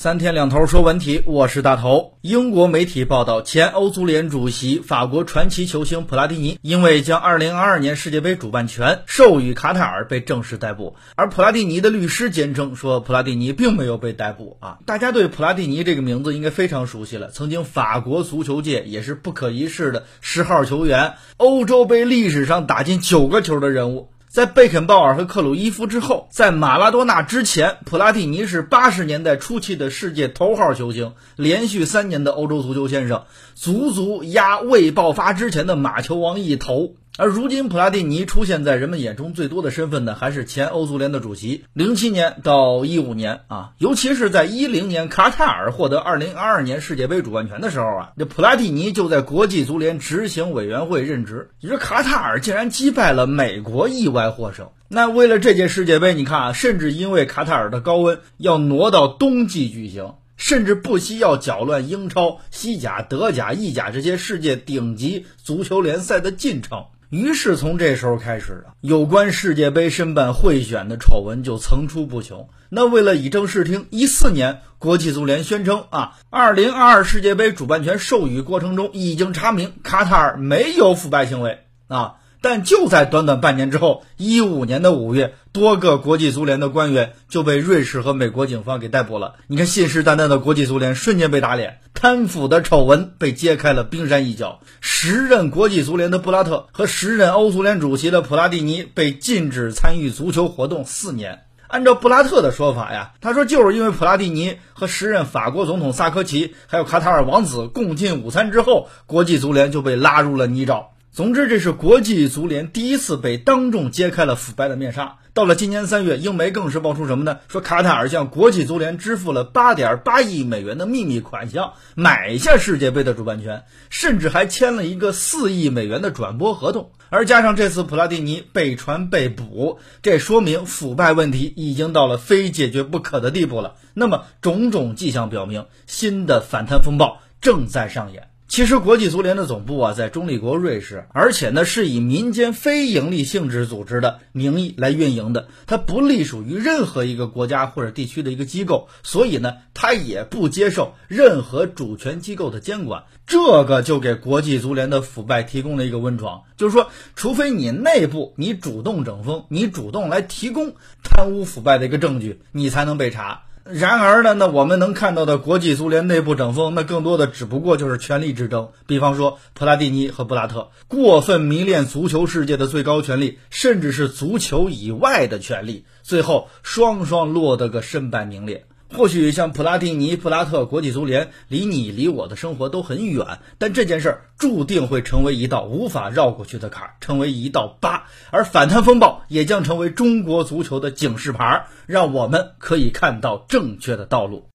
三天两头说问题，我是大头。英国媒体报道，前欧足联主席、法国传奇球星普拉蒂尼因为将2022年世界杯主办权授予卡塔尔被正式逮捕，而普拉蒂尼的律师坚称说普拉蒂尼并没有被逮捕啊。大家对普拉蒂尼这个名字应该非常熟悉了，曾经法国足球界也是不可一世的10号球员，欧洲杯历史上打进9个球的人物。在贝肯鲍尔和克鲁伊夫之后，在马拉多纳之前，普拉蒂尼是80年代初期的世界头号球星，连续3年的欧洲足球先生，足足压未爆发之前的马球王一头。而如今普拉蒂尼出现在人们眼中最多的身份呢，还是前欧足联的主席，07年到15年啊，尤其是在10年卡塔尔获得2022年世界杯主办权的时候啊，这普拉蒂尼就在国际足联执行委员会任职。你说卡塔尔竟然击败了美国，意外获胜。那为了这届世界杯，你看啊，甚至因为卡塔尔的高温要挪到冬季举行，甚至不惜要搅乱英超、西甲、德甲、意甲这些世界顶级足球联赛的进程。于是从这时候开始啊，有关世界杯申办贿选的丑闻就层出不穷。那为了以正视听，14年国际足联宣称啊，2022世界杯主办权授予过程中已经查明卡塔尔没有腐败行为啊。但就在短短半年之后，15年的5月，多个国际足联的官员就被瑞士和美国警方给逮捕了。你看，信誓旦旦的国际足联瞬间被打脸，贪腐的丑闻被揭开了冰山一角。时任国际足联的布拉特和时任欧足联主席的普拉蒂尼被禁止参与足球活动4年。按照布拉特的说法呀，他说就是因为普拉蒂尼和时任法国总统萨科齐还有卡塔尔王子共进午餐之后，国际足联就被拉入了泥沼。总之，这是国际足联第一次被当众揭开了腐败的面纱。到了今年3月，英媒更是爆出什么呢？说卡塔尔向国际足联支付了8.8亿美元的秘密款项，买下世界杯的主办权，甚至还签了一个4亿美元的转播合同。而加上这次普拉蒂尼被传被捕，这说明腐败问题已经到了非解决不可的地步了。那么种种迹象表明，新的反贪风暴正在上演。其实国际足联的总部啊在中立国瑞士，而且呢是以民间非营利性质组织的名义来运营的，它不隶属于任何一个国家或者地区的一个机构，所以呢它也不接受任何主权机构的监管。这个就给国际足联的腐败提供了一个温床，就是说除非你内部你主动整风，你主动来提供贪污腐败的一个证据，你才能被查。然而呢，那我们能看到的国际足联内部整风，那更多的只不过就是权力之争。比方说普拉蒂尼和布拉特过分迷恋足球世界的最高权力，甚至是足球以外的权力，最后双双落得个身败名裂。或许像普拉蒂尼、布拉特，国际足联离你离我的生活都很远，但这件事儿注定会成为一道无法绕过去的坎，成为一道疤。而反贪风暴也将成为中国足球的警示牌，让我们可以看到正确的道路。